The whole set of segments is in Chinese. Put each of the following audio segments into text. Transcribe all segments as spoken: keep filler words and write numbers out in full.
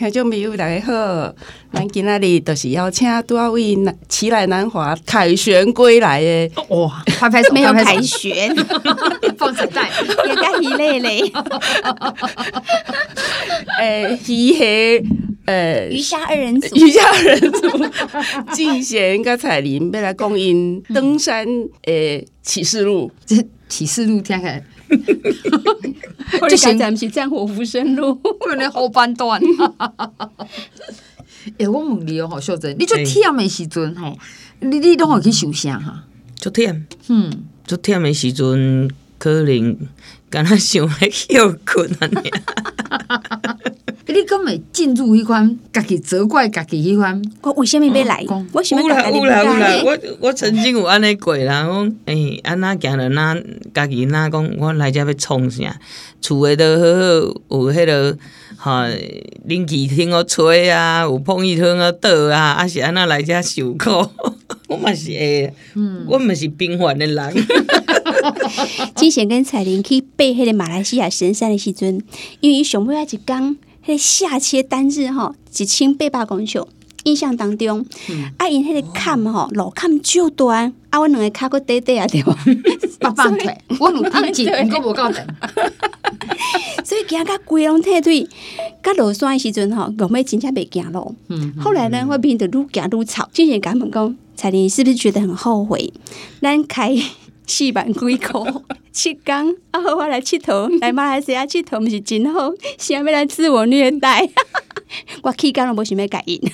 听众朋友大家好，咱今仔日就是邀请拄啊位奇来南华凯旋归来的， 哇，拍拍手， 没有凯旋， 放彩蛋， 也该一类嘞。 诶，鱼虾呃鱼虾二人组， 鱼虾二人组，静贤跟彩玲要来讲因登山诶启示录， 这启示录听起来。 这现在不是战火浮生路， 可能后半段。哎，我问你哦，吼，秀珍，你做忝的时阵吼，你你拢会去想啥哈？ 做忝， 嗯， 做忝的时阵，可能敢若想来休困安尼。 你敢会进入迄款家己责怪家己迄款？ 我为什么要来？我想要有啦家己有啦有啦， 来。 我我曾经有安尼过啦，讲诶，安那行着哪家己哪讲，我来遮要创啥？厝诶都好好，有迄个哈冷气厅好吹啊，有碰浴厅好倒啊，啊是安那来遮受苦，我嘛是会，嗯，我嘛是平凡的人。 之前跟彩玲去爬迄个马来西亚神山的时阵，因为伊上尾啊一工。迄个下切单日吼一千八百公尺，印象当中，嗯、啊因迄个坎吼路坎就大，啊我两个骹佫短短啊对吧？ 八棒腿，我有挺紧，毋过无够长。 所以行到规拢退腿，甲落山的时阵吼，后尾真正袂行路。嗯，后来呢，我变得愈行愈吵。之前甲问讲，彩玲是不是觉得很后悔？咱开四万几箍。七天啊，好我来佚佗，来马来西亚佚佗，毋是真好，想要来自我虐待。我去干了，无想要改因，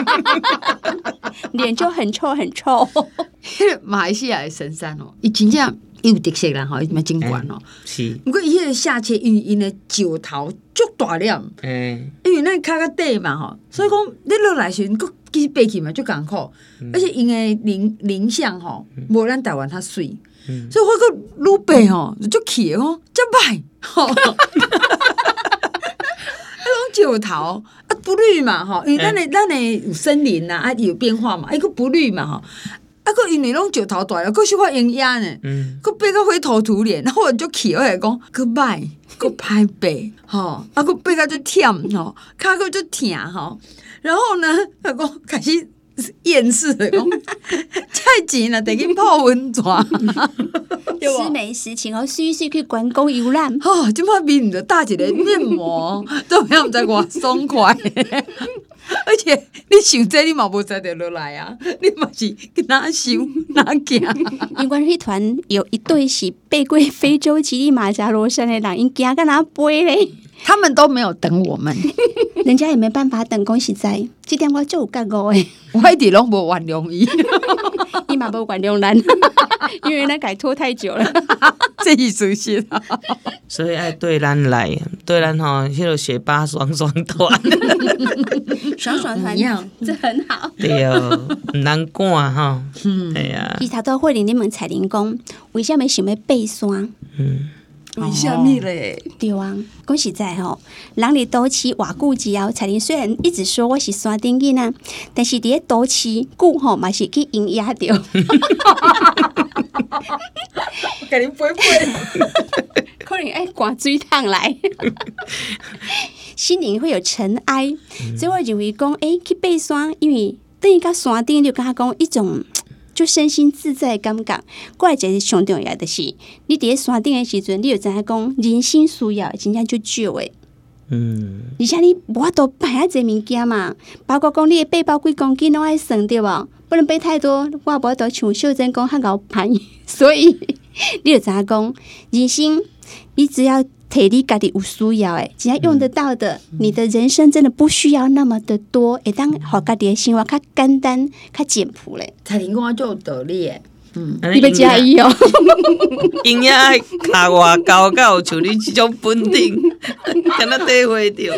脸就很臭很臭。 马来西亚的神山哦，伊真正有特色啦，吼，伊蛮景观哦。 是， 不过伊迄个下切，因为因的石头足大粒，嗯，因为咱骹较短嘛，吼，所以讲你落来时，佫其实爬起嘛足艰苦，而且因的林林相吼，无咱台湾较水。嗯、所以我个愈爬吼，就气吼，真歹吼。迄种石头啊不绿嘛吼，因为咱的咱的有森林呐，啊有变化嘛，伊个不绿嘛吼，啊个因为拢石头大了，佫是发营养呢，佫爬到灰头土脸，然后我就气，我来讲佫歹，佫歹爬吼，啊佫爬到就忝吼，骹佫就疼吼，然后呢，他讲开始。厌世的讲，太钱了，得去泡温泉， 时美时情哦，水水去关公游览。 哦，即摆面就打一个面膜，都不知偌爽快。而且你想这，你嘛无知着落来啊！你嘛是哪想哪行？ 因为迄团有一对是爬过非洲吉利马扎罗山的人，因行到哪飞嘞？ 他们都没有等我们， 人家也没办法等。恭喜在，这点我就有觉悟诶。 我一直拢无原谅伊， 伊嘛无原谅咱，因为咱改拖太久了。 这意思是啊， 所以爱对咱来，对咱吼，迄个学霸爽爽团， 爽爽团，这很好。 对哦，唔难赶吼，嗯，系啊。 伊头都会领你们彩铃讲，为什么想要爬山？ 嗯。 为什么嘞？ 对啊，讲实在吼，人伫都市偌久之后，彩玲虽然一直说我是山顶囡仔，但是伫咧都市久吼，嘛是去营压着。 给你陪陪， 可能爱刮水烫来，心灵会有尘埃，嗯、所以我认为讲，诶、欸，去爬山，因为等于到山顶就跟他讲一种。就身心自在的感觉，过来就是上重要的是，你伫咧山顶的时阵，你就知影讲人生需要真正就少诶。嗯，而且你无法度摆遐济物件嘛，包括讲你的背包几公斤拢爱算对无，不能背太多，我无法度像秀珍讲较牛排，所以你就知影讲人生，你只要。摕你家己有需要诶，只要用得到的，嗯、你的人生真的不需要那么的多，会当互家己的生活较简单、较简朴咧。 彩玲讲就有道理诶，嗯， 你要加伊哦， 营养爱卡外高到像你这种本定，敢若体会着。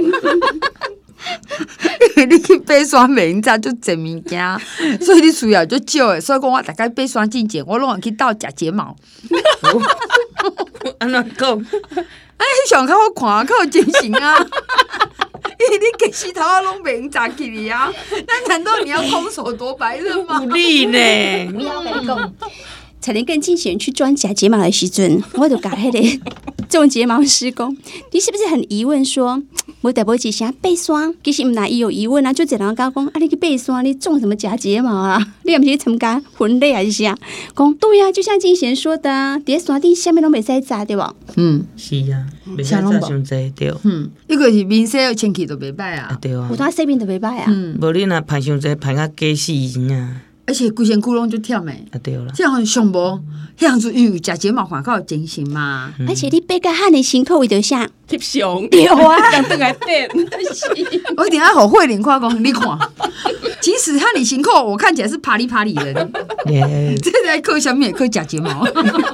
你去爬山袂用咋就侪物件，所以你需要就少诶。所以讲我大概爬山之前，我拢会去倒食睫毛。 安怎讲？ 哎，迄上较好看，较有精神啊！因为你其实头啊拢袂用扎起哩啊，那难道你要空手夺白刃吗？ 有理呢！ 不要跟你讲。彩玲跟经纪人去装假睫毛的时阵，我就甲迄个种睫毛师公，你是不是很疑问说，我得不几下背霜？其实唔哪伊有疑问啊，就只人讲讲，啊你去背霜，你种什么假睫毛啊？你不是参加婚礼还是啥？讲对啊，就像金贤说的啊，伫山顶下面拢袂使炸对吧？ 嗯， 是啊，袂使炸伤济对。 嗯，一个是面色清气都袂歹啊， 对啊。 有当洗面都袂歹啊。 嗯， 无你若排伤济，排甲假死真啊。 而且规身躯拢就忝诶。 啊对啦。 这样上无，迄样子因为食睫毛环较有精神嘛。 而且你背个汉的辛苦为着啥？ 翕相， 对啊， 让等来变。 我一定要好慧玲夸讲，你看，即使汉你辛苦，我看起来是啪里啪里的。这在刻下面刻假睫毛。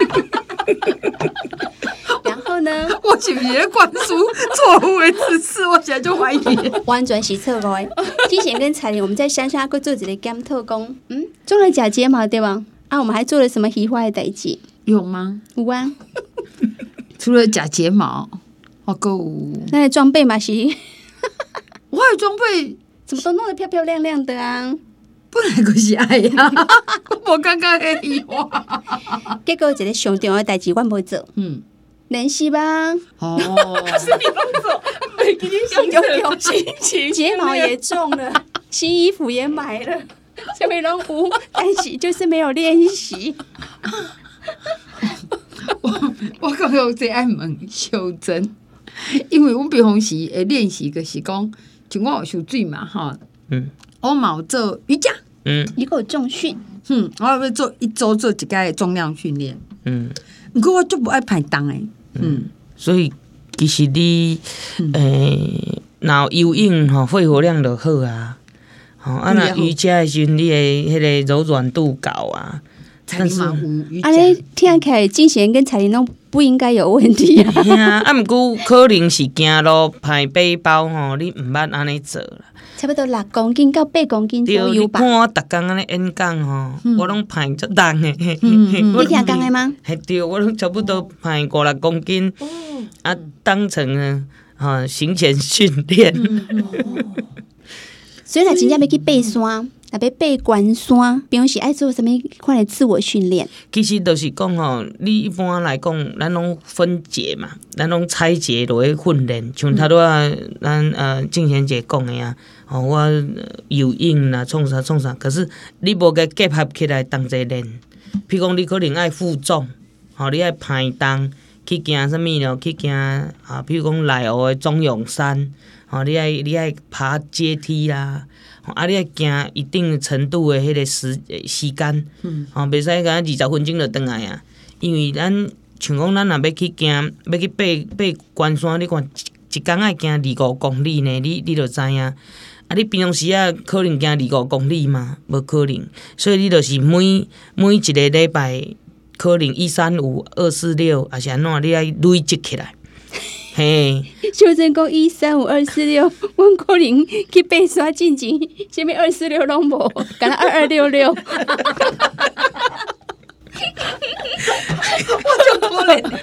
然后呢？ 我是不是在灌输错误的知识？我现在就怀疑。 完全是错误的。金贤跟彩玲，我们在山上还做一个检讨，讲，嗯，种了假睫毛对吧？啊，我们还做了什么奇怪的代志？ 有吗？ 有啊。 除了假睫毛，我还有那个装备嘛是， 我还有装备， 怎么都弄得漂漂亮亮的啊？ 本来就是爱呀，我刚刚黑意话。 结果一个上重要的代志，我无做。 嗯。 练习吧。 哦， 可是你不走，没给你想有心情， 睫毛也种了，新衣服也买了，什么拢有，但是就是没有练习。 我我刚刚最爱问修正，因为阮平常时会练习，就是讲，像我有受水嘛，哈，嗯，我嘛有做瑜伽， 嗯， 你给我重训， 嗯，我要做一周做一个重量训练， 嗯， 不过我就不爱排档诶。嗯， 所以其实你诶，若有游泳吼，肺活量就好啊。吼，啊，若瑜伽诶时阵，你诶迄个柔软度高啊。 彩玲嘛有瑜伽， 安尼听起来金贤跟彩玲都不应该有问题啊。 啊，啊，毋过可能是行路排背包吼，你毋捌安尼做啦。 差不多六公斤到八公斤左对， 右吧。 你看我逐工安尼演讲吼，我拢排足重诶。 你听讲的吗？ 系对，我拢差不多排五六公斤，啊，当成啊，哈行前训练。 所以若真正要去爬山，若要爬关山，平常时爱做什么款的自我训练？ 其实就是讲吼，你一般来讲，咱拢分节嘛，咱拢拆节落去训练，像头拄啊，咱呃静贤姐讲的啊，吼我游泳啦，创啥创啥，可是你无甲结合起来同齐练，譬如讲你可能爱负重，吼你爱排重去行啥物咯，去行啊，譬如讲内湖的总勇山。吼，你爱你爱爬阶梯啦，啊，你爱行一定程度的迄个时时间，吼，袂使甲二十分钟就转来啊。因为咱像讲咱若要去行，要去爬爬关山，你看一一工爱行二五公里呢，你你就知影。啊，你平常时啊，可能行二五公里嘛，无可能。所以你就是每每一个礼拜，可能一三五、二四六，还是安怎，你爱累积起来。嘿， 修正讲一三五二四六，阮可能去爬山进前，什么二四六拢无，敢若二二六六。 我就可怜你，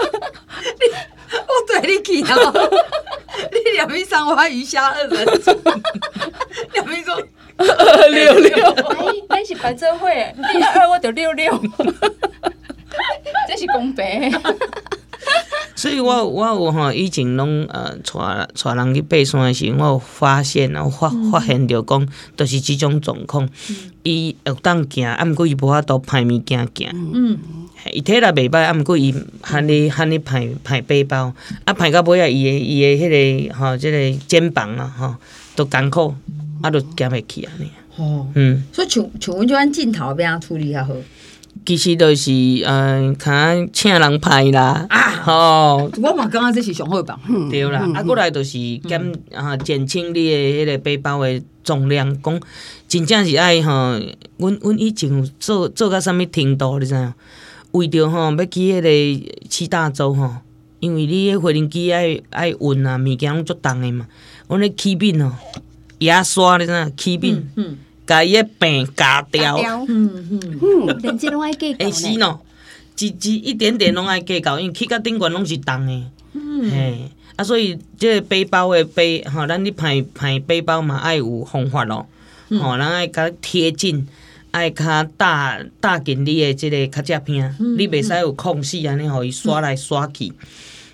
我对你去哦，你两边上花鱼虾二人组，两边讲二二六六， 哎，咱是办做伙，你二二我就六六，这是公平。 所以我我有吼以前拢呃带带人去爬山的时候，我有发现啊，发发现着讲，就是即种状况，伊会当行，啊，毋过伊无法度排物件行。嗯，伊体力袂歹，啊，毋过伊喊你喊你排排背包，啊，排到尾啊，伊的伊的迄个吼，即个肩膀啊，吼，都艰苦，啊，都行袂起安尼。 哦， 嗯， 所以像像阮即款镜头要安处理较好。 其实就是呃，看请人排啦，啊，吼。 我嘛感觉这是上好办法。 对啦，啊，过来就是减啊减轻你的迄个背包的重量，讲真正是爱吼，阮阮以前有做做到啥物程度，你知影？为着吼要去迄个七大洲吼，因为你迄飞行机爱爱运啊，物件拢足重的嘛，阮咧起柄吼，牙刷你知影？起柄，嗯，甲伊个柄夹掉， 嗯嗯嗯，连这拢爱计较会死喏，一一一点点拢爱计较，因为起到顶悬拢是重的，嗯，嘿。啊，所以即个背包的背吼，咱咧排排背包嘛，爱有方法咯。吼、嗯，咱爱较贴紧，爱较搭搭紧你的即个脚趾片，嗯、你袂使有空隙安尼，互伊刷来刷去。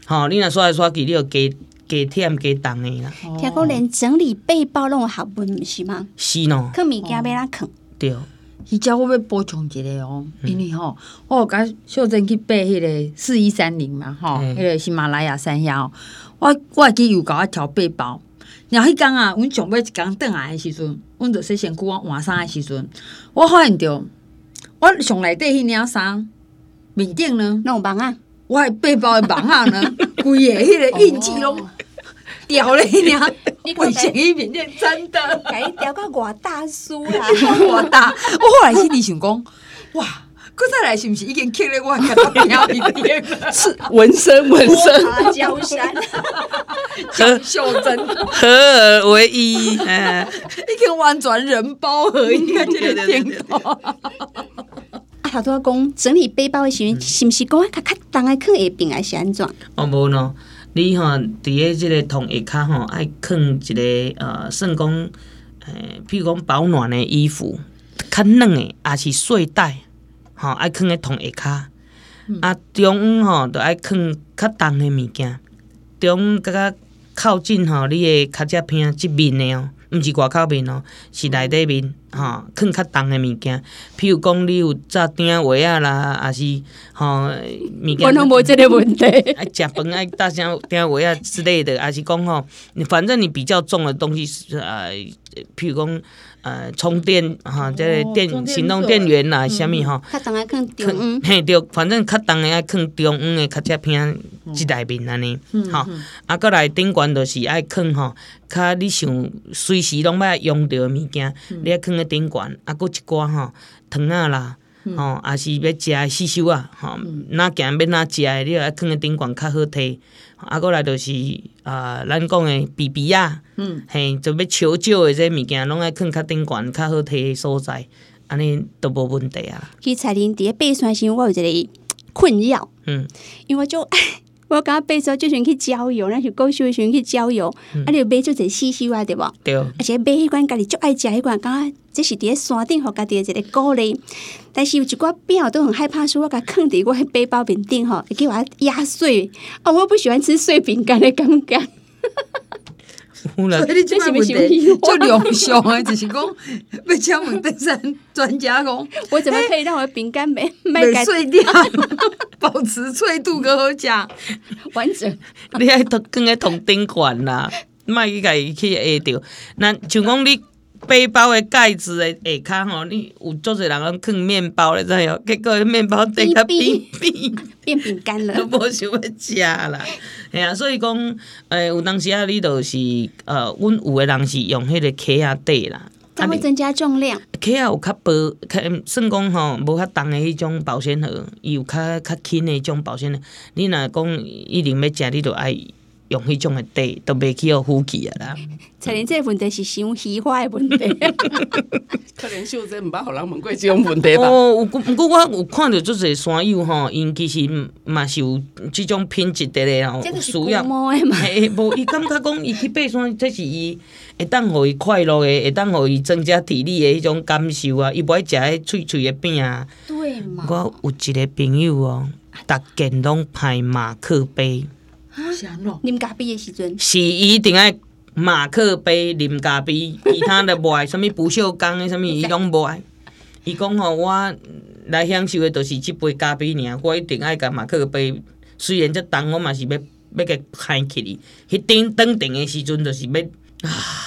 吼、哦，你若刷来刷去，你就加加忝加重的啦。 听讲连整理背包拢有学问，毋是吗？ 是喏， 放物件要哪放？ 对。 迄只我要补充一个哦，因为吼，我有甲秀珍去爬迄个四一三零嘛，吼，迄、那个喜马拉雅山遐，我我会记有甲我调背包。然后迄天啊，阮上尾一天转来的时阵，阮着洗身躯，我换衫的时阵，我发现着我上内底迄领衫面顶呢， 弄网啊， 我的背包的网啊呢，规个迄个印记拢掉咧尔。卫生衣面顶真的， 甲伊调到偌大叔啦， 偌大。我后来心里想讲，哇，搁再来是毋是已经刻咧我脚头边面顶了？ 是纹身，纹身， 阿胶山， 叫秀珍合而为一，哎， 已经完全人包合一啊！这个顶头。 啊，头拄仔讲整理背包的时阵，是毋是讲啊较较重的放下边还是安怎？ 哦，无喏。你吼伫咧即个同下骹吼，爱放一个呃，算讲诶，譬如讲保暖的衣服，较软的，也是睡袋，吼爱放咧同下骹。嗯、啊，中央吼，着爱放较重的物件，中央甲较靠近吼，你的脚趾片即面的哦，毋是外口面哦，是内底面，吼放较重的物件，譬如讲你有炸鼎鞋啊啦，也是吼物件。 我拢无这个问题。 爱食饭爱大声鼎鞋啊之类的，还是讲吼，反正你比较重的东西，呃，譬如讲呃充电哈，这个电行动电源啦，啥物吼， 较重爱放中央， 嘿对，反正较重的爱放中央的脚趾片即内面安尼，吼，啊，过来顶悬就是爱放吼，较你想随时拢要用到的物件，你爱放咧顶悬，啊，搁一寡吼糖仔啦。吼，也是要食的四手啊，吼，哪行要哪食的，你爱放咧顶悬较好摕。啊，过来就是啊，咱讲的B B啊，嗯，嘿，就要烧酒的这物件，拢爱放较顶悬、较好摕的所在，安尼都无问题啊。 其实彩玲伫咧爬山时，我有一个困扰， 嗯， 因为我就我感觉爬山就想去郊游，咱是高手的时阵去郊游，啊，你就买做一四手啊，对无？ 对。 而且买迄款家己足爱食迄款，感觉这是伫咧山顶，互家己的一个鼓励。但是有一寡饼都很害怕，说我甲放伫我的背包面顶吼，会叫我压碎。哦，我不喜欢吃碎饼干的感觉。 所以你即摆问题就良相的，就是讲要请问登山专家讲， 我怎么可以让我的饼干没没碎掉，保持脆度更好食完整？ 你爱放喺同顶悬啦，莫去家己去下着。那像讲你背包的盖子的下骹吼，你有足侪人拢放面包咧，知影？结果面包底较扁扁， 变饼干了， 都无想要食啦。嘿啊，所以讲，诶、欸，有当时啊，你就是呃，阮有的人是用迄个卡仔底啦， 它会增加重量。 卡仔有较薄，较算讲吼，无较重的迄种保鲜盒，伊有较较轻的迄种保鲜盒。你若讲一定要食，你就爱用迄种的底，都袂去互呼气啊啦。 彩玲，这个问题是伤虚化的问题。 可能秀珍毋捌互人问过这种问题吧？ 哦，有毋过我有看到足侪山友吼，因其实嘛是有即种品质的咧吼，需要。嘿，无伊感觉讲伊去爬山，这是伊会当互伊快乐的，会当互伊增加体力的迄种感受啊。伊不爱食迄脆脆的饼啊。 对嘛？ 我有一个朋友哦，逐件拢派马克杯。 啉咖啡的时阵， 是伊一定爱马克杯啉咖啡，其他的无爱，什物不锈钢的，什物伊拢无爱。伊讲吼，我来享受的就是即杯咖啡尔，我一定爱甲马克杯。虽然这重，我嘛是要要甲开起哩。迄顶登顶的时阵，就是要啊！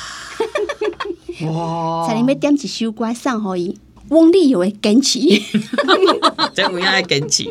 哇！ 彩玲要点一首歌送互伊，翁立友的《坚持》。 这有影爱坚持。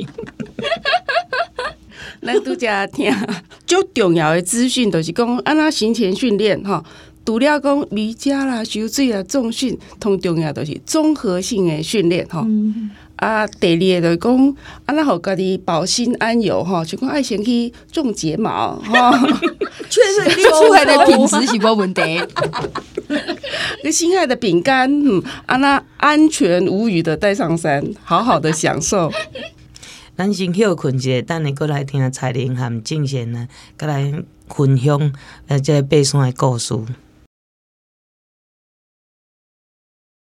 咱拄则听最重要的资讯，就是讲安怎行前训练吼。除了讲瑜伽啦、游水啦、重训，同重要就是综合性的训练吼。嗯、啊，第二个就是讲安怎互家己保心安有吼，就讲爱先去种睫毛吼。 确实，你出来的品质是无问题。 你心爱的饼干，嗯，安那安全无虞的带上山，好好的享受。 咱先休困一下，等下过来听彩玲和静贤呢，过来分享呃，这个爬山的故事。